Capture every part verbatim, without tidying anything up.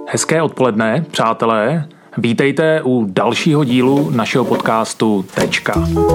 Hezké odpoledne, přátelé. Vítejte u dalšího dílu našeho podcastu Tečka.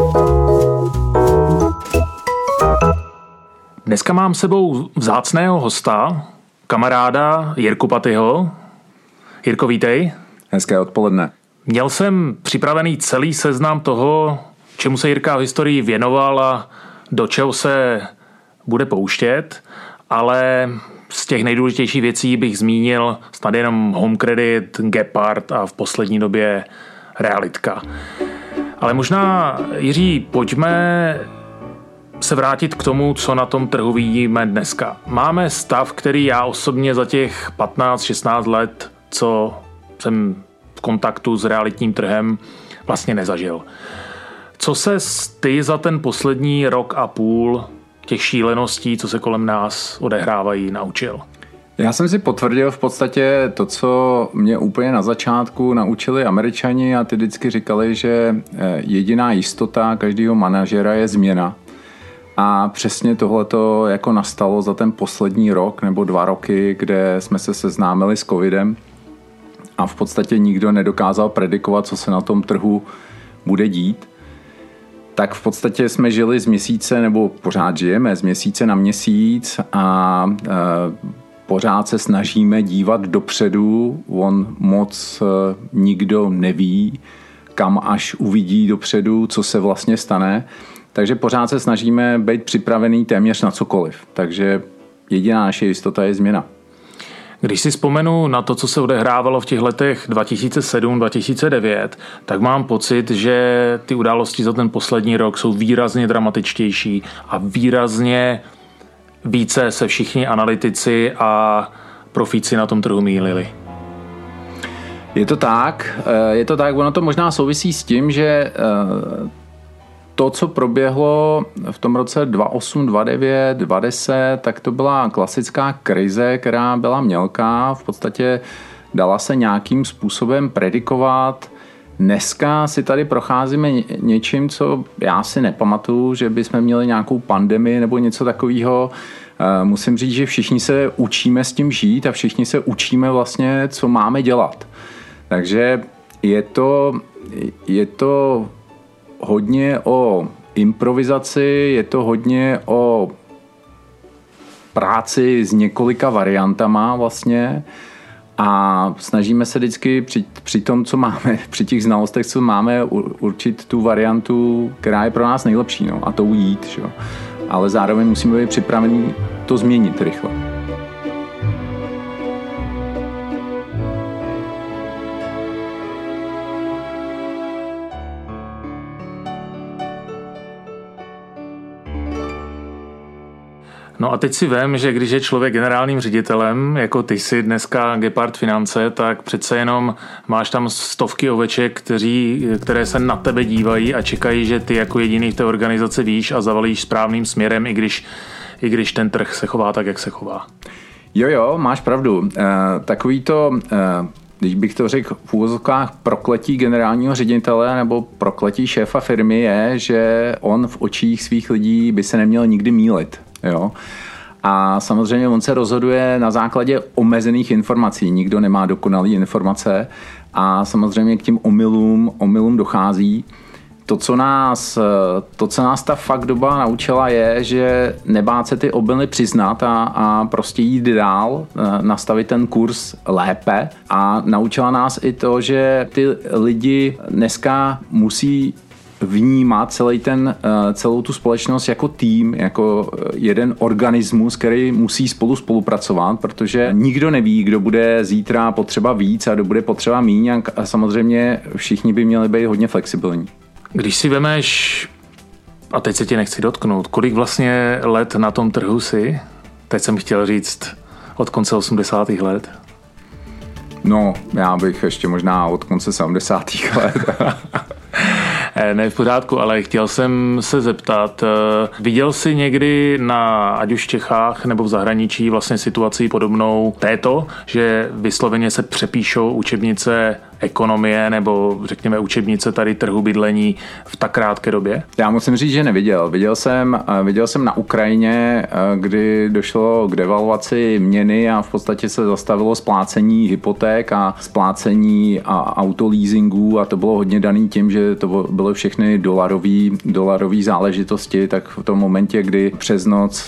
Dneska mám s sebou vzácného hosta, kamaráda Jirku Patyho. Jirko, vítej. Hezké odpoledne. Měl jsem připravený celý seznam toho, čemu se Jirka v historii věnoval a do čeho se bude pouštět, ale z těch nejdůležitějších věcí bych zmínil snad jenom Home Credit, Gepard a v poslední době Realitka. Ale možná, Jiří, pojďme se vrátit k tomu, co na tom trhu vidíme dneska. Máme stav, který já osobně za těch patnáct šestnáct let, co jsem v kontaktu s realitním trhem, vlastně nezažil. Co se ty za ten poslední rok a půl těch šíleností, co se kolem nás odehrávají, naučil? Já jsem si potvrdil v podstatě to, co mě úplně na začátku naučili Američani a ty vždycky říkali, že jediná jistota každého manažera je změna. A přesně tohleto jako nastalo za ten poslední rok nebo dva roky, kde jsme se seznámili s covidem a v podstatě nikdo nedokázal predikovat, co se na tom trhu bude dít. Tak v podstatě jsme žili z měsíce, nebo pořád žijeme z měsíce na měsíc a e, pořád se snažíme dívat dopředu. On moc e, nikdo neví, kam až uvidí dopředu, co se vlastně stane. Takže pořád se snažíme být připravený téměř na cokoliv. Takže jediná naše jistota je změna. Když si vzpomenu na to, co se odehrávalo v těch letech dva tisíce sedm dva tisíce devět, tak mám pocit, že ty události za ten poslední rok jsou výrazně dramatičtější a výrazně více se všichni analytici a profíci na tom trhu mýlili. Je to tak, je to tak, ono to možná souvisí s tím, že to, co proběhlo v tom roce dva tisíce osm, dva tisíce devět, dva tisíce deset, tak to byla klasická krize, která byla mělká, v podstatě dala se nějakým způsobem predikovat. Dneska si tady procházíme něčím, co já si nepamatuju, že bychom měli nějakou pandemii nebo něco takového. Musím říct, že všichni se učíme s tím žít a všichni se učíme vlastně, co máme dělat. Takže je to, je to hodně o improvizaci, je to hodně o práci s několika variantama vlastně a snažíme se vždycky při, při tom, co máme, při těch znalostech, co máme, určit tu variantu, která je pro nás nejlepší, no, a to ujít, že? Ale zároveň musíme být připraveni to změnit rychle. No a teď si vem, že když je člověk generálním ředitelem, jako ty jsi dneska Gepard Finance, tak přece jenom máš tam stovky oveček, kteří, které se na tebe dívají a čekají, že ty jako jediný v té organizaci víš a zavalíš správným směrem, i když, i když ten trh se chová tak, jak se chová. Jo, jo, máš pravdu. E, takový to, e, když bych to řekl v úvozovkách, prokletí generálního ředitele nebo prokletí šéfa firmy je, že on v očích svých lidí by se neměl nikdy mýlit. Jo. A samozřejmě on se rozhoduje na základě omezených informací. Nikdo nemá dokonalé informace a samozřejmě k tím omylům, omylům dochází. To co, nás, to, co nás ta fakt doba naučila, je, že nebát se ty omyly přiznat a, a prostě jít dál, nastavit ten kurz lépe. A naučila nás i to, že ty lidi dneska musí vnímat celý ten, celou tu společnost jako tým, jako jeden organismus, který musí spolu spolupracovat, protože nikdo neví, kdo bude zítra potřeba víc a kdo bude potřeba míň a samozřejmě všichni by měli být hodně flexibilní. Když si vemeš, a teď se tě nechci dotknout, kolik vlastně let na tom trhu si? Teď jsem chtěl říct od konce osmdesátých let. No, já bych ještě možná od konce sedmdesátých let. Ne, v pořádku, ale chtěl jsem se zeptat, viděl jsi někdy na, ať už v Čechách nebo v zahraničí, vlastně situaci podobnou této, že vysloveně se přepíšou učebnice ekonomie nebo řekněme učebnice tady trhu bydlení v tak krátké době? Já musím říct, že neviděl. Viděl jsem, viděl jsem na Ukrajině, kdy došlo k devalvaci měny a v podstatě se zastavilo splácení hypoték a splácení a autoleasingů a to bylo hodně daný tím, že to bylo všechny dolarový, dolarový záležitosti, tak v tom momentě, kdy přes noc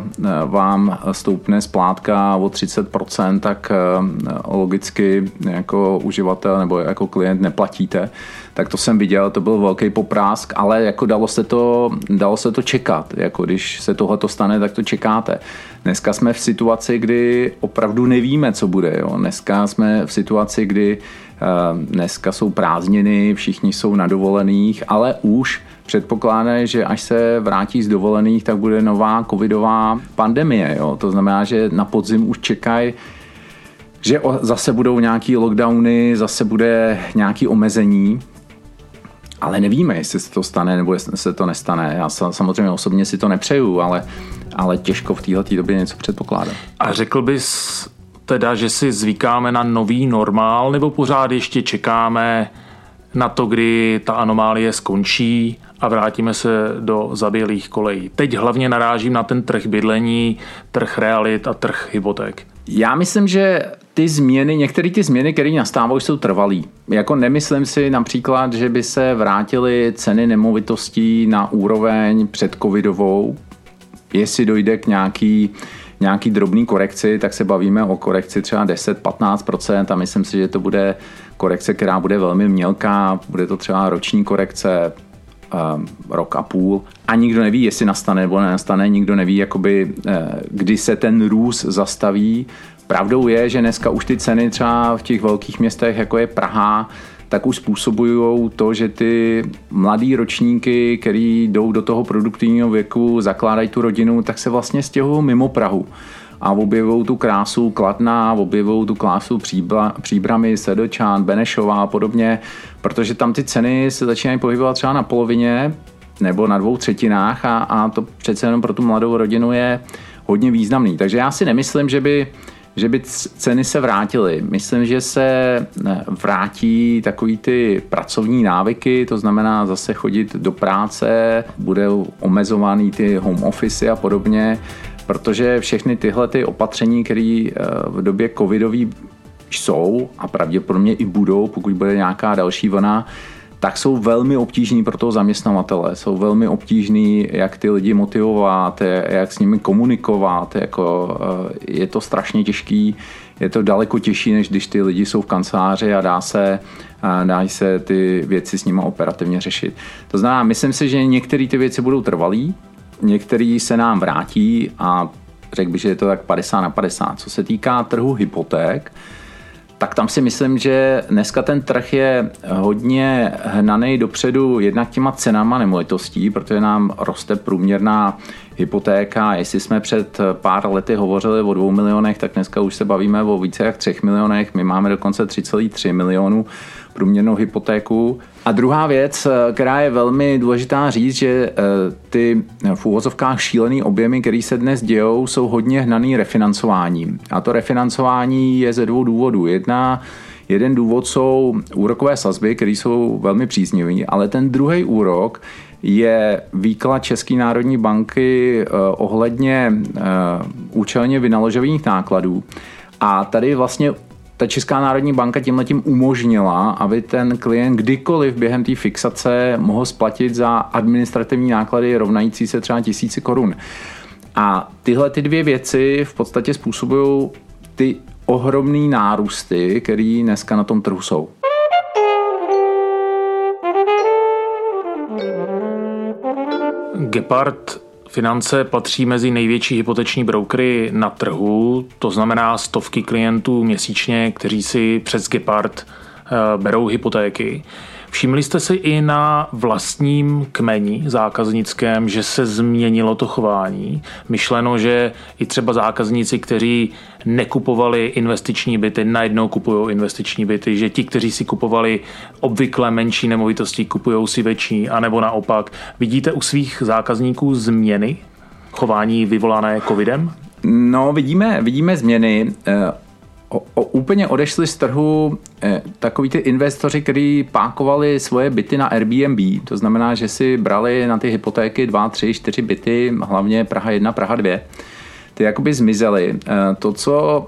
vám stoupne splátka o třicet procent, tak logicky jako uživatel nebo jako klient neplatíte. Tak to jsem viděl, to byl velký poprásk, ale jako dalo se to, dalo se to čekat. Jako když se tohle stane, tak to čekáte. Dneska jsme v situaci, kdy opravdu nevíme, co bude. Jo. Dneska jsme v situaci, kdy uh, dneska jsou prázdniny, všichni jsou na dovolených, ale už předpokládají, že až se vrátí z dovolených, tak bude nová covidová pandemie. Jo. To znamená, že na podzim už čekají, že zase budou nějaký lockdowny, zase bude nějaké omezení, ale nevíme, jestli se to stane nebo jestli se to nestane. Já samozřejmě osobně si to nepřeju, ale, ale těžko v této době něco předpokládat. A řekl bys teda, že si zvykáme na nový normál, nebo pořád ještě čekáme na to, kdy ta anomálie skončí a vrátíme se do zaběhlých kolejí? Teď hlavně narážím na ten trh bydlení, trh realit a trh hypoték. Já myslím, že ty změny, některé ty změny, které nastávají, jsou trvalý. Jako nemyslím si například, že by se vrátily ceny nemovitostí na úroveň před covidovou. Jestli dojde k nějaký, nějaký drobný korekci, tak se bavíme o korekci třeba deset až patnáct procent a myslím si, že to bude korekce, která bude velmi mělká, bude to třeba roční korekce, um, rok a půl a nikdo neví, jestli nastane nebo nenastane, nikdo neví, jakoby, kdy se ten růst zastaví. Pravdou je, že dneska už ty ceny třeba v těch velkých městech, jako je Praha, tak už způsobují to, že ty mladý ročníky, který jdou do toho produktivního věku, zakládají tu rodinu, tak se vlastně stěhují mimo Prahu a objevují tu krásu Kladna, objevují tu krásu Příbra, Příbramy, Sedlčan, Benešová a podobně, protože tam ty ceny se začínají pohybovat třeba na polovině nebo na dvou třetinách a, a to přece jenom pro tu mladou rodinu je hodně významný. Takže já si nemyslím, že by že by ceny se vrátily. Myslím, že se vrátí takový ty pracovní návyky, to znamená zase chodit do práce, bude omezovaný ty home office a podobně, protože všechny tyhle ty opatření, které v době covidový jsou a pravděpodobně i budou, pokud bude nějaká další vlna, tak jsou velmi obtížný pro toho zaměstnavatele. Jsou velmi obtížný, jak ty lidi motivovat, jak s nimi komunikovat. Jako, je to strašně těžký, je to daleko těžší, než když ty lidi jsou v kanceláři a dá se, dá se ty věci s nimi operativně řešit. To znamená, myslím si, že některé ty věci budou trvalý, některé se nám vrátí a řekl bych, že je to tak padesát na padesát. Co se týká trhu hypoték, tak tam si myslím, že dneska ten trh je hodně hnaný dopředu jednak těma cenama nemovitostí, protože nám roste průměrná hypotéka. Jestli jsme před pár lety hovořili o dvou milionech, tak dneska už se bavíme o více jak třech milionech. My máme dokonce tři celé tři milionu průměrnou hypotéku. A druhá věc, která je velmi důležitá říct, že ty v úvozovkách šílený objemy, které se dnes dějou, jsou hodně hnaný refinancováním. A to refinancování je ze dvou důvodů. Jedna, jeden důvod jsou úrokové sazby, které jsou velmi příznivé, ale ten druhý úrok je výklad České národní banky ohledně účelně vynaložených nákladů. A tady vlastně ta Česká národní banka tímhletím umožnila, aby ten klient kdykoliv během té fixace mohl splatit za administrativní náklady rovnající se třeba tisíci korun. A tyhle ty dvě věci v podstatě způsobují ty ohromný nárůsty, které dneska na tom trhu jsou. Gepard Finance patří mezi největší hypoteční brokery na trhu, to znamená stovky klientů měsíčně, kteří si přes Gepard berou hypotéky. Všimli jste si i na vlastním kmeni zákaznickém, že se změnilo to chování? Myšleno, že i třeba zákazníci, kteří nekupovali investiční byty, najednou kupují investiční byty, že ti, kteří si kupovali obvykle menší nemovitosti, kupují si větší, anebo naopak. Vidíte u svých zákazníků změny chování vyvolané covidem? No, vidíme, vidíme změny. o, o, úplně odešli z trhu eh, takový ty investoři, kteří pákovali svoje byty na Airbnb. To znamená, že si brali na ty hypotéky dva, tři, čtyři byty, hlavně Praha jedna, Praha dvě. Ty jakoby zmizely. To, co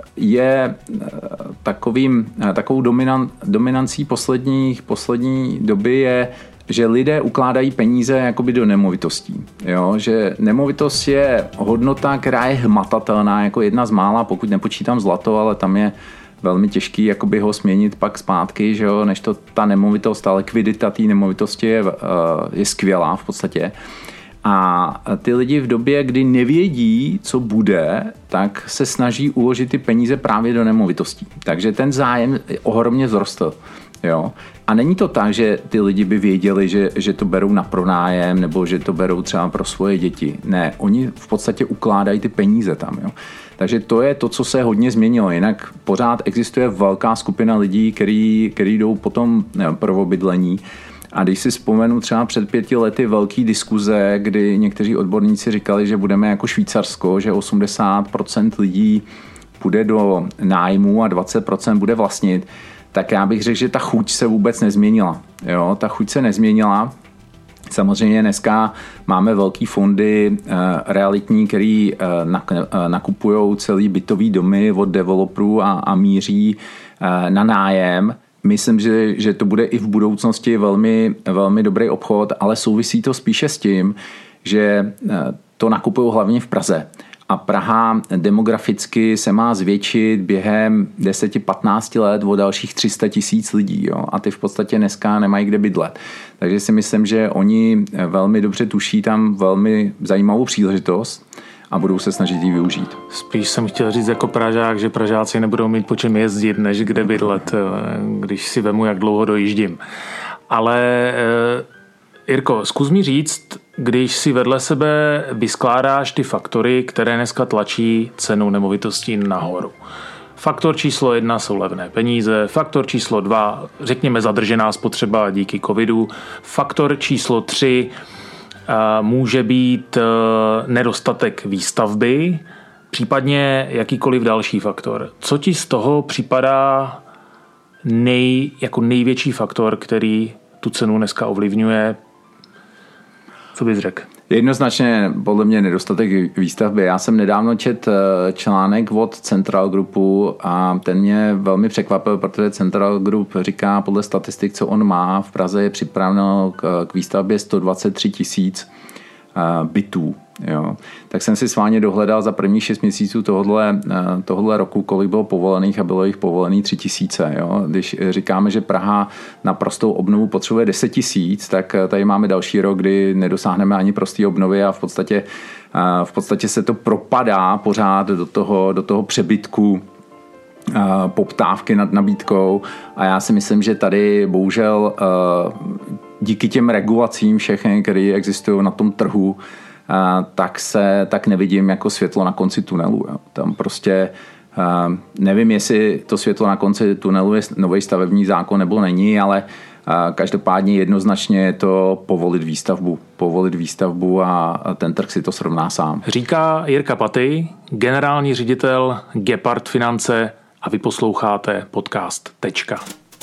je takovým, takovou dominan, dominancí posledních, poslední doby, je, že lidé ukládají peníze jakoby do nemovitostí. Jo? Že nemovitost je hodnota, která je hmatatelná, jako jedna z mála, pokud nepočítám zlato, ale tam je velmi těžký jakoby ho směnit pak zpátky, že jo? Než to ta nemovitost, ta likvidita té nemovitosti je, je skvělá v podstatě. A ty lidi v době, kdy nevědí, co bude, tak se snaží uložit ty peníze právě do nemovitostí. Takže ten zájem ohromně vzrostl. Jo? A není to tak, že ty lidi by věděli, že, že to berou na pronájem nebo že to berou třeba pro svoje děti. Ne, oni v podstatě ukládají ty peníze tam. Jo? Takže to je to, co se hodně změnilo. Jinak pořád existuje velká skupina lidí, který, který jdou potom prvobydlení. A když si vzpomenu třeba před pěti lety velký diskuze, kdy někteří odborníci říkali, že budeme jako Švýcarsko, že osmdesát procent lidí půjde do nájmu a dvacet procent bude vlastnit, tak já bych řekl, že ta chuť se vůbec nezměnila. Jo, ta chuť se nezměnila. Samozřejmě dneska máme velký fondy realitní, který nakupují celý bytový domy od developerů a, a míří na nájem. Myslím, že, že to bude i v budoucnosti velmi, velmi dobrý obchod, ale souvisí to spíše s tím, že to nakupují hlavně v Praze. A Praha demograficky se má zvětšit během deset patnáct let o dalších tři sta tisíc lidí. Jo? A ty v podstatě dneska nemají kde bydlet. Takže si myslím, že oni velmi dobře tuší tam velmi zajímavou příležitost a budou se snažit ji využít. Spíš jsem chtěl říct jako Pražák, že Pražáci nebudou mít po čem jezdit, než kde bydlet, když si vemu, jak dlouho dojíždím. Ale Jirko, zkus mi říct, když si vedle sebe vyskládáš ty faktory, které dneska tlačí cenu nemovitostí nahoru. Faktor číslo jedna jsou levné peníze, faktor číslo dva, řekněme zadržená spotřeba díky covidu, faktor číslo tři může být nedostatek výstavby, případně jakýkoliv další faktor. Co ti z toho připadá nej, jako největší faktor, který tu cenu dneska ovlivňuje? Co bys řekl? Jednoznačně podle mě nedostatek výstavby. Já jsem nedávno čet článek od Central Groupu a ten mě velmi překvapil, protože Central Group říká podle statistik, co on má, v Praze je připraveno k výstavbě sto dvacet tři tisíc bytů. Jo. Tak jsem si sváně dohledal za první šest měsíců tohohle, tohohle roku, kolik bylo povolených a bylo jich povolených tři tisíce. Jo. Když říkáme, že Praha na prostou obnovu potřebuje deset tisíc, tak tady máme další rok, kdy nedosáhneme ani prosté obnovy a v podstatě, v podstatě se to propadá pořád do toho, do toho přebytku poptávky nad nabídkou a já si myslím, že tady bohužel díky těm regulacím všechny, které existují na tom trhu, tak se tak nevidím jako světlo na konci tunelu. Jo. Tam prostě nevím, jestli to světlo na konci tunelu je nový stavební zákon nebo není, ale každopádně jednoznačně je to povolit výstavbu. Povolit výstavbu a ten trh si to srovná sám. Říká Jirka Paty, generální ředitel Gepard Finance a vy posloucháte podcast Tečka.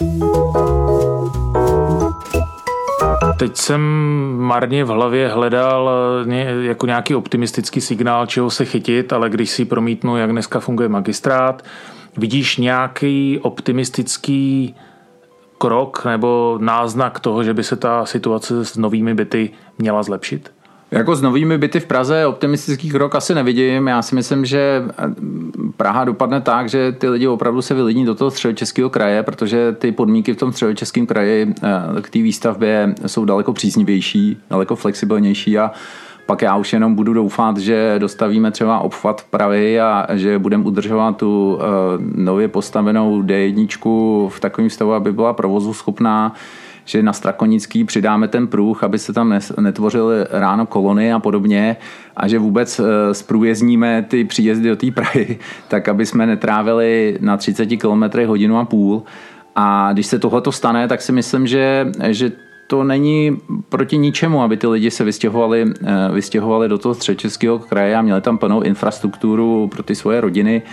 Teď jsem marně v hlavě hledal jako nějaký optimistický signál, čeho se chytit, ale když si promítnu, jak dneska funguje magistrát, vidíš nějaký optimistický krok nebo náznak toho, že by se ta situace s novými byty měla zlepšit? Jako s novými byty v Praze optimistický krok asi nevidím. Já si myslím, že Praha dopadne tak, že ty lidi opravdu se vylidní do toho Středočeského kraje, protože ty podmínky v tom Středočeském kraji k té výstavbě jsou daleko příznivější, daleko flexibilnější a pak já už jenom budu doufat, že dostavíme třeba obchvat Prahy a že budeme udržovat tu nově postavenou D jedna v takovém stavu, aby byla provozu schopná, že na Strakonický přidáme ten pruh, aby se tam netvořily ráno kolony a podobně a že vůbec zprůjezdníme ty příjezdy do té Prahy, tak aby jsme netrávili na třicet kilometrů hodinu a půl. A když se tohleto stane, tak si myslím, že, že to není proti ničemu, aby ty lidi se vystěhovali, vystěhovali do toho Středočeského kraje a měli tam plnou infrastrukturu pro ty svoje rodiny.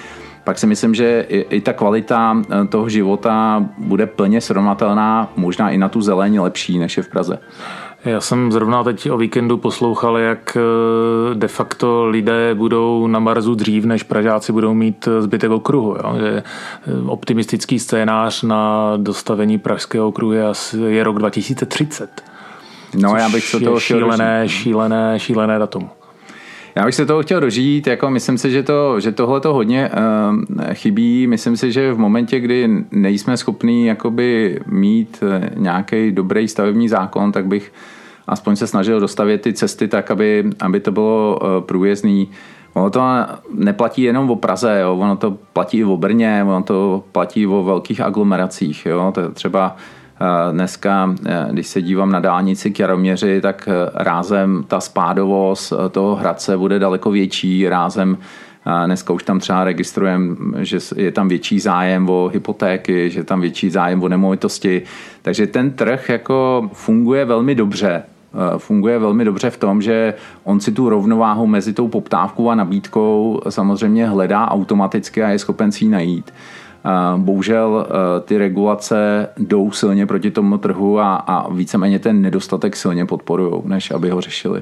pak si myslím, že i, i ta kvalita toho života bude plně srovnatelná, možná i na tu zeleň lepší, než je v Praze. Já jsem zrovna teď o víkendu poslouchal, jak de facto lidé budou na Marsu dřív, než Pražáci budou mít zbytek okruhu. Jo? Že optimistický scénář na dostavení pražského okruhu je, je rok dva tisíce třicet. No, já bych se toho šílené, šílené, šílené datum. Já bych se toho chtěl dožít, jako myslím si, že, to, že tohle to hodně uh, chybí. Myslím si, že v momentě, kdy nejsme schopní jakoby mít nějaký dobrý stavební zákon, tak bych aspoň se snažil dostavět ty cesty tak, aby, aby to bylo uh, průjezdný. Ono to neplatí jenom o Praze, jo? Ono to platí i o Brně, ono to platí o velkých aglomeracích. Jo? To třeba dneska, když se dívám na dálnici k Jaroměři, tak rázem ta spádovost toho Hradce bude daleko větší. Rázem dneska už tam třeba registrujeme, že je tam větší zájem o hypotéky, že je tam větší zájem o nemovitosti. Takže ten trh jako funguje velmi dobře. Funguje velmi dobře v tom, že on si tu rovnováhu mezi tou poptávkou a nabídkou samozřejmě hledá automaticky a je schopen si ji najít. Bohužel ty regulace jdou silně proti tomu trhu a, a víceméně ten nedostatek silně podporujou, než aby ho řešili.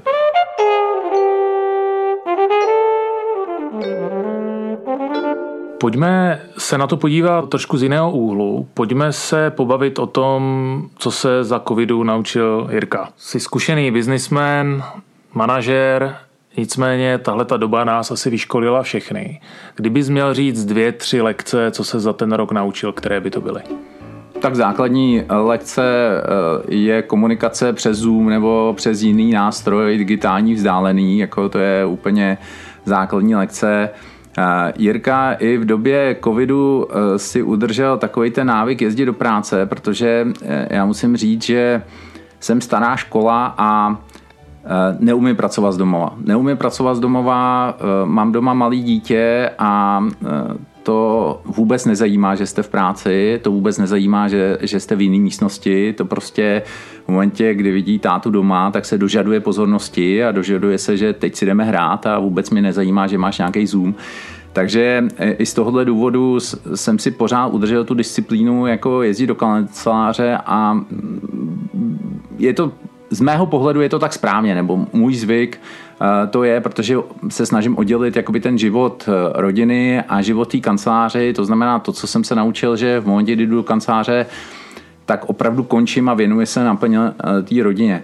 Pojďme se na to podívat trošku z jiného úhlu. Pojďme se pobavit o tom, co se za covidu naučil Jirka. Jsi zkušený biznismen, manažer, nicméně tahle ta doba nás asi vyškolila všechny. Kdybys měl říct dvě, tři lekce, co se za ten rok naučil, které by to byly? Tak základní lekce je komunikace přes Zoom nebo přes jiný nástroj digitální vzdálený, jako to je úplně základní lekce. Jirka i v době covidu si udržel takový ten návyk jezdit do práce, protože já musím říct, že jsem stará škola a neumím pracovat z domova. Neumím pracovat z domova, mám doma malý dítě a to vůbec nezajímá, že jste v práci, to vůbec nezajímá, že, že jste v jiné místnosti, to prostě v momentě, kdy vidí tátu doma, tak se dožaduje pozornosti a dožaduje se, že teď si jdeme hrát a vůbec mě nezajímá, že máš nějaký Zoom. Takže i z tohohle důvodu jsem si pořád udržel tu disciplínu jako jezdit do kanceláře a je to z mého pohledu je to tak správně, nebo můj zvyk to je, protože se snažím oddělit jakoby ten život rodiny a život té kanceláře. To znamená to, co jsem se naučil, že v momentě, kdy jdu do kanceláře, tak opravdu končím a věnuji se naplně té rodině.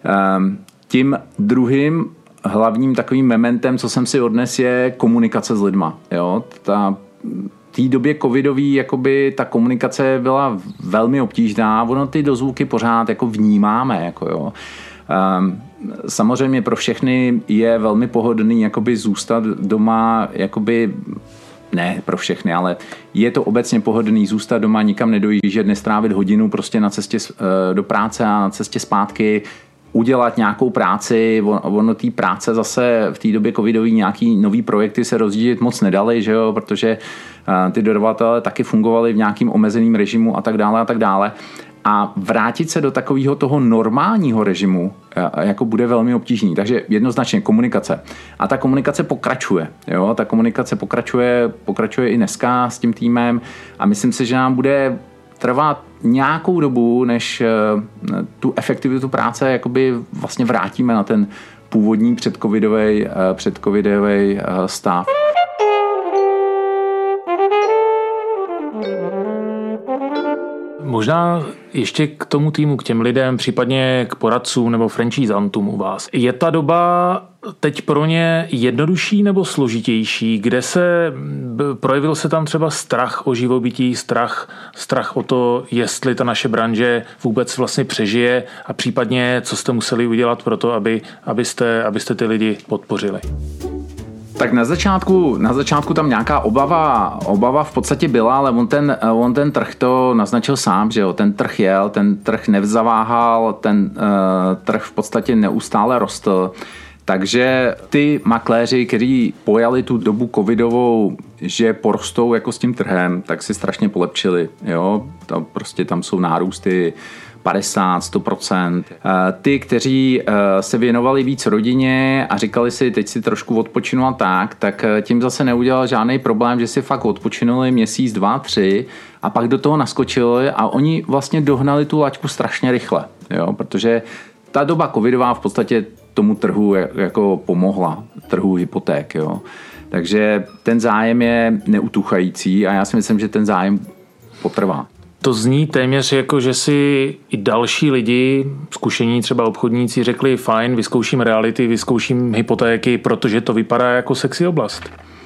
Tím druhým hlavním takovým mementem, co jsem si odnes, je komunikace s lidma. Jo? Ta V té době covidový jakoby ta komunikace byla velmi obtížná, ono ty dozvuky pořád jako vnímáme. Jako jo. Um, samozřejmě pro všechny je velmi pohodlný jakoby zůstat doma, jakoby, ne pro všechny, ale je to obecně pohodlný zůstat doma, nikam nedojíždět, nestrávit hodinu prostě na cestě do práce a na cestě zpátky, udělat nějakou práci, ono té práce zase v té době covidový nějaký nový projekty se rozjíždět moc nedali, že jo, protože ty dodavatelé taky fungovali v nějakým omezeným režimu a tak dále a tak dále. A vrátit se do takového toho normálního režimu jako bude velmi obtížný. Takže jednoznačně komunikace. A ta komunikace pokračuje. Jo? Ta komunikace pokračuje, pokračuje i dneska s tím týmem a myslím si, že nám bude trvat nějakou dobu, než tu efektivitu práce jakoby vlastně vrátíme na ten původní předcovidový, předcovidový stav. Možná ještě k tomu týmu, k těm lidem, případně k poradcům nebo franchisantům u vás. Je ta doba teď pro ně jednodušší nebo složitější? Kde se projevil se tam třeba strach o živobytí, strach, strach o to, jestli ta naše branže vůbec vlastně přežije a případně co jste museli udělat pro to, aby, abyste, abyste ty lidi podpořili? Tak na začátku, na začátku tam nějaká obava, obava v podstatě byla, ale on ten, on ten trh to naznačil sám, že jo, ten trh jel, ten trh nevzaváhal, ten uh, trh v podstatě neustále rostl. Takže ty makléři, kteří pojali tu dobu covidovou, že porostou jako s tím trhem, tak si strašně polepšili, jo, to prostě tam jsou nárůsty padesát, sto procent. Ty, kteří se věnovali víc rodině a říkali si, teď si trošku odpočinu a tak, tak tím zase neudělal žádný problém, že si fakt odpočinuli měsíc, dva, tři a pak do toho naskočili a oni vlastně dohnali tu laťku strašně rychle, jo? Protože ta doba covidová v podstatě tomu trhu jako pomohla, trhu hypoték, jo? Takže ten zájem je neutuchající a já si myslím, že ten zájem potrvá. To zní téměř jako, že si i další lidi, zkušení třeba obchodníci, řekli fajn, vyzkouším reality, vyzkouším hypotéky, protože to vypadá jako sexy oblast.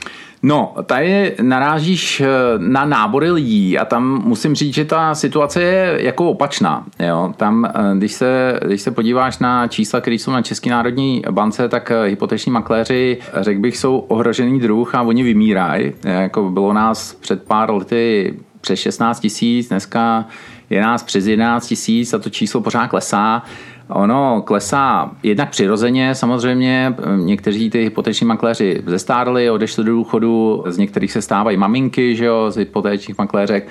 No, tady narážíš na nábory lidí a tam musím říct, že ta situace je jako opačná. Jo? Tam, když se, když se podíváš na čísla, které jsou na České národní bance, tak hypoteční makléři, řekl bych, jsou ohrožený druh a oni vymírají. Jako bylo nás před pár lety přes šestnáct tisíc, dneska je nás přes jedenáct tisíc a to číslo pořád klesá. Ono klesá jednak přirozeně, samozřejmě někteří ty hypoteční makléři zestárli, odešli do důchodu, z některých se stávají maminky, že jo, z hypotečních makléřek.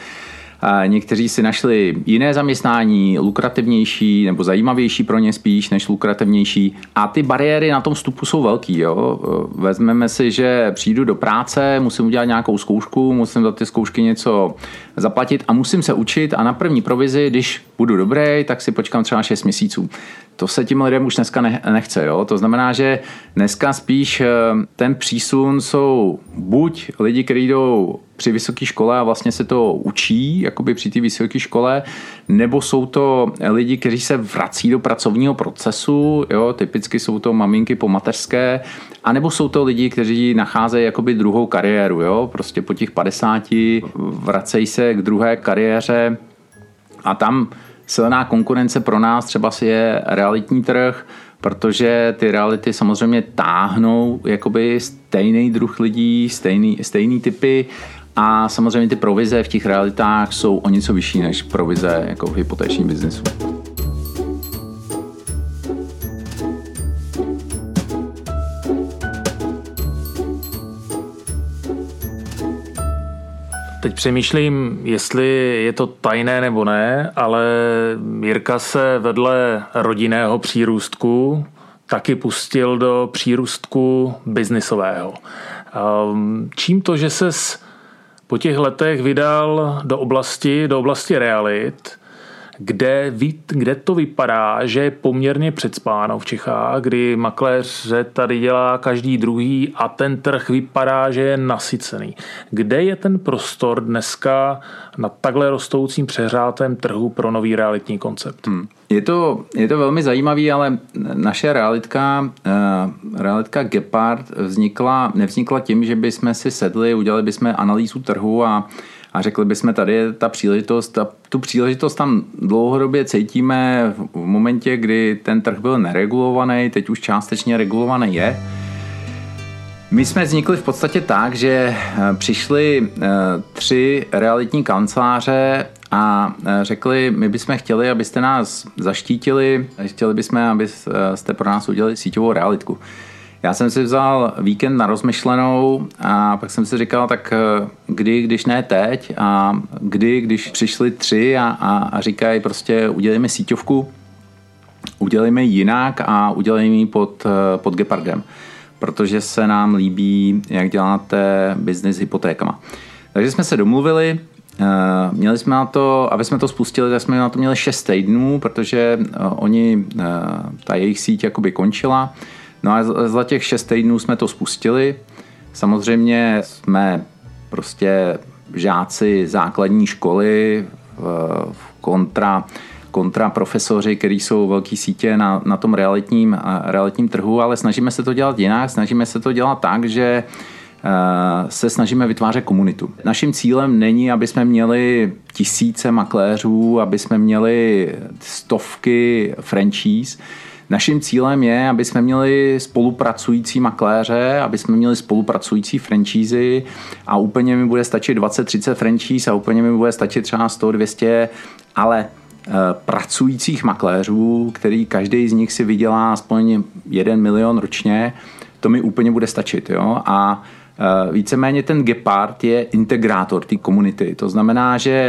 A někteří si našli jiné zaměstnání, lukrativnější nebo zajímavější pro ně spíš než lukrativnější. A ty bariéry na tom vstupu jsou velký. Jo. Vezmeme si, že přijdu do práce, musím udělat nějakou zkoušku, musím za ty zkoušky něco zaplatit a musím se učit a na první provizi, když budu dobrý, tak si počkám třeba šest měsíců. To se tím lidem už dneska nechce. Jo? To znamená, že dneska spíš ten přísun jsou buď lidi, kteří jdou při vysoké škole a vlastně se to učí, jakoby při té vysoké škole, nebo jsou to lidi, kteří se vrací do pracovního procesu, jo? Typicky jsou to maminky po mateřské, anebo jsou to lidi, kteří nacházejí jakoby druhou kariéru, jo? Prostě po těch padesáti vracejí se k druhé kariéře a tam silná konkurence pro nás třeba si je realitní trh, protože ty reality samozřejmě táhnou jakoby stejný druh lidí, stejný, stejný typy a samozřejmě ty provize v těch realitách jsou o něco vyšší než provize jako v hypotečním biznesu. Teď přemýšlím, jestli je to tajné nebo ne, ale Jirka se vedle rodinného přírůstku taky pustil do přírůstku biznisového. Čím to, že ses po těch letech vydal do oblasti, do oblasti realit, kde, kde to vypadá, že je poměrně předspáno v Čechách, kdy makléř tady dělá každý druhý a ten trh vypadá, že je nasycený. Kde je ten prostor dneska na takhle rostoucím přehřátém trhu pro nový realitní koncept? Hmm. Je to, je to velmi zajímavý, ale naše realitka, uh, realitka Gepard vznikla, nevznikla tím, že bychom si sedli, udělali bychom analýzu trhu a A řekli bychom, tady je ta příležitost a tu příležitost tam dlouhodobě cítíme v momentě, kdy ten trh byl neregulovaný, teď už částečně regulovaný je. My jsme vznikli v podstatě tak, že přišli tři realitní kanceláře a řekli, my bychom chtěli, abyste nás zaštítili, chtěli bychom, abyste pro nás udělali síťovou realitku. Já jsem si vzal víkend na rozmyšlenou a pak jsem si říkal, tak kdy, když ne teď a kdy, když přišli tři a, a, a říkají prostě udělejme síťovku, udělejme ji jinak a udělejme ji pod, pod Gepardem, protože se nám líbí, jak děláte biznis s hypotékama. Takže jsme se domluvili, měli jsme na to, aby jsme to spustili, tak jsme na to měli šest týdnů, protože oni, ta jejich síť jakoby končila. No a za těch šest týdnů jsme to spustili. Samozřejmě jsme prostě žáci základní školy kontra, kontra profesoři, kteří jsou velký sítě na, na tom realitním, realitním trhu, ale snažíme se to dělat jinak. Snažíme se to dělat tak, že se snažíme vytvářet komunitu. Naším cílem není, aby jsme měli tisíce makléřů, aby jsme měli stovky franchise. Naším cílem je, aby jsme měli spolupracující makléře, aby jsme měli spolupracující franšízy a úplně mi bude stačit dvacet třicet franšíz a úplně mi bude stačit třeba sto dvě stě, ale e, pracujících makléřů, který každý z nich si vydělá aspoň jeden milion ročně, to mi úplně bude stačit. Jo? A e, víceméně ten Gepard je integrátor té komunity. To znamená, že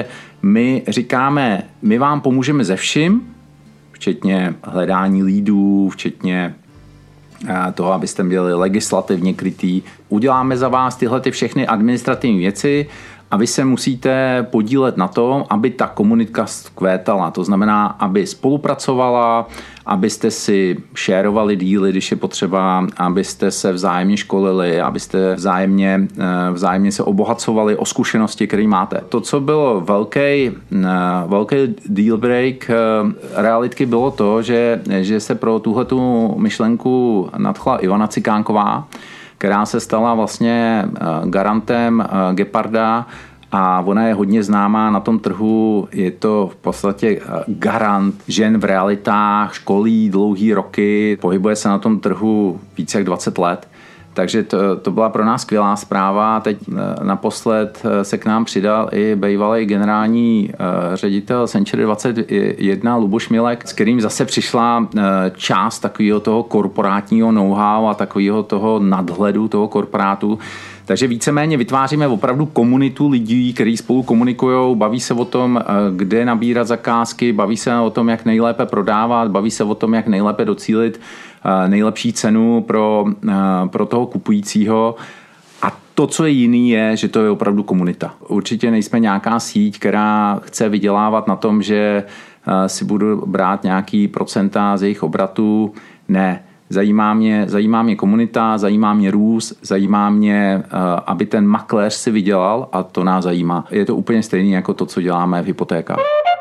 my říkáme, my vám pomůžeme ze vším, včetně hledání lídů, včetně toho, abyste byli legislativně krytý. Uděláme za vás tyhle ty všechny administrativní věci a vy se musíte podílet na tom, aby ta komunita kvétala. To znamená, aby spolupracovala, abyste si šérovali díly, když je potřeba, abyste se vzájemně školili, abyste vzájemně, vzájemně se obohacovali o zkušenosti, které máte. To, co bylo velký, velký deal break realitky, bylo to, že, že se pro tuhletu myšlenku nadchla Ivana Cikánková, která se stala vlastně garantem Geparda a ona je hodně známá na tom trhu. Je to v podstatě garant žen v realitách, školí dlouhý roky, pohybuje se na tom trhu více jak dvacet let. Takže to, to byla pro nás skvělá zpráva. Teď naposled se k nám přidal i bývalý generální ředitel Century dvacet jedna Luboš Milek, s kterým zase přišla část takového toho korporátního know-how a takového toho nadhledu toho korporátu. Takže víceméně vytváříme opravdu komunitu lidí, kteří spolu komunikují, baví se o tom, kde nabírat zakázky, baví se o tom, jak nejlépe prodávat, baví se o tom, jak nejlépe docílit nejlepší cenu pro, pro toho kupujícího. A to, co je jiný, je, že to je opravdu komunita. Určitě nejsme nějaká síť, která chce vydělávat na tom, že si budu brát nějaký procenta z jejich obratů. Ne. Zajímá mě, zajímá mě komunita, zajímá mě růst, zajímá mě, aby ten makléř si vydělal a to nás zajímá. Je to úplně stejné jako to, co děláme v hypotékách.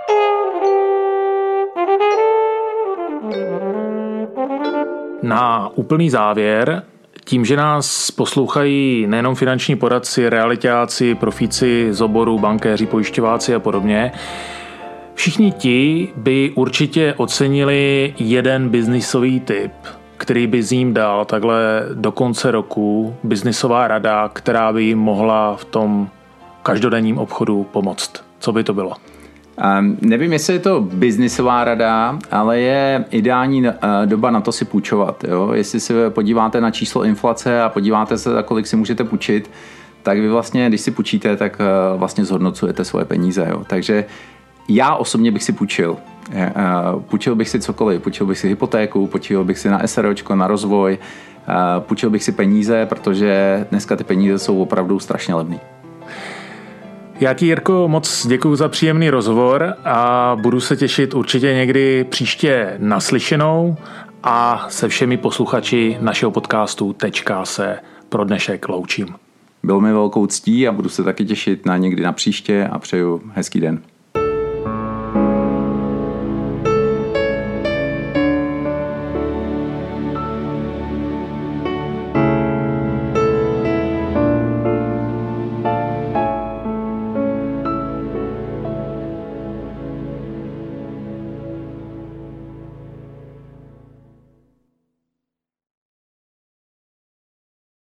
Na úplný závěr, tím, že nás poslouchají nejenom finanční poradci, realitáci, profíci z oboru, bankéři, pojišťováci a podobně, všichni ti by určitě ocenili jeden biznisový tip, který by jim dal takhle do konce roku biznisová rada, která by jim mohla v tom každodenním obchodu pomoct. Co by to bylo? Um, nevím, jestli je to biznisová rada, ale je ideální uh, doba na to si půjčovat. Jo? Jestli se podíváte na číslo inflace a podíváte se, za kolik si můžete půjčit, tak vy vlastně, když si půjčíte, tak uh, vlastně zhodnocujete svoje peníze. Jo? Takže já osobně bych si půjčil. Uh, půjčil bych si cokoliv. Půjčil bych si hypotéku, půjčil bych si na SROčko, na rozvoj, uh, půjčil bych si peníze, protože dneska ty peníze jsou opravdu strašně levný. Já ti, Jirko, moc děkuji za příjemný rozhovor a budu se těšit určitě někdy příště naslyšenou a se všemi posluchači našeho podcastu Tečka se pro dnešek loučím. Bylo mi velkou ctí a budu se taky těšit na někdy na příště a přeju hezký den.